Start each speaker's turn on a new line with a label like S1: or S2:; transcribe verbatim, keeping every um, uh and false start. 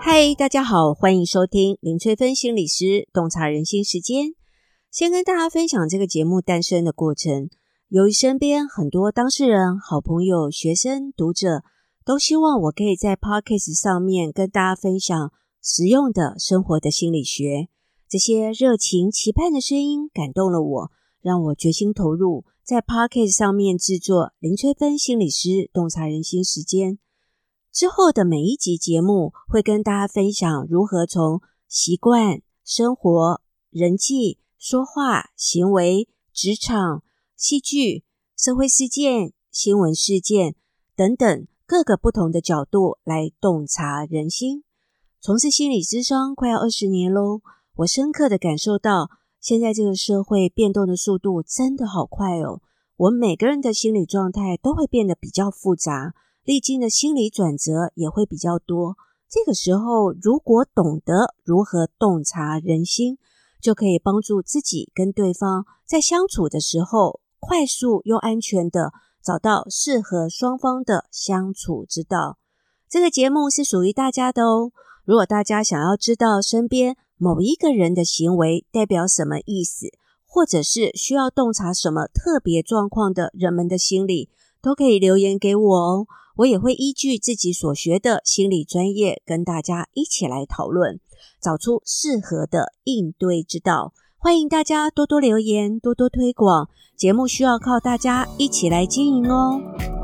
S1: 嗨，大家好，欢迎收听林翠芬心理师洞察人心时间。先跟大家分享这个节目诞生的过程。由于身边很多当事人、好朋友、学生、读者都希望我可以在 Podcast 上面跟大家分享实用的生活的心理学，这些热情期盼的声音感动了我，让我决心投入在 Podcast 上面制作林翠芬心理师洞察人心时间。之后的每一集节目会跟大家分享如何从习惯、生活、人际、说话、行为、职场、戏剧、社会事件、新闻事件等等各个不同的角度来洞察人心。从事心理咨商快要二十年咯，我深刻的感受到现在这个社会变动的速度真的好快哦，我们每个人的心理状态都会变得比较复杂，历经的心理转折也会比较多。这个时候如果懂得如何洞察人心，就可以帮助自己跟对方在相处的时候快速又安全的找到适合双方的相处之道。这个节目是属于大家的哦，如果大家想要知道身边某一个人的行为代表什么意思，或者是需要洞察什么特别状况的人们的心理，都可以留言给我哦，我也会依据自己所学的心理专业跟大家一起来讨论，找出适合的应对之道。欢迎大家多多留言，多多推广，节目需要靠大家一起来经营哦。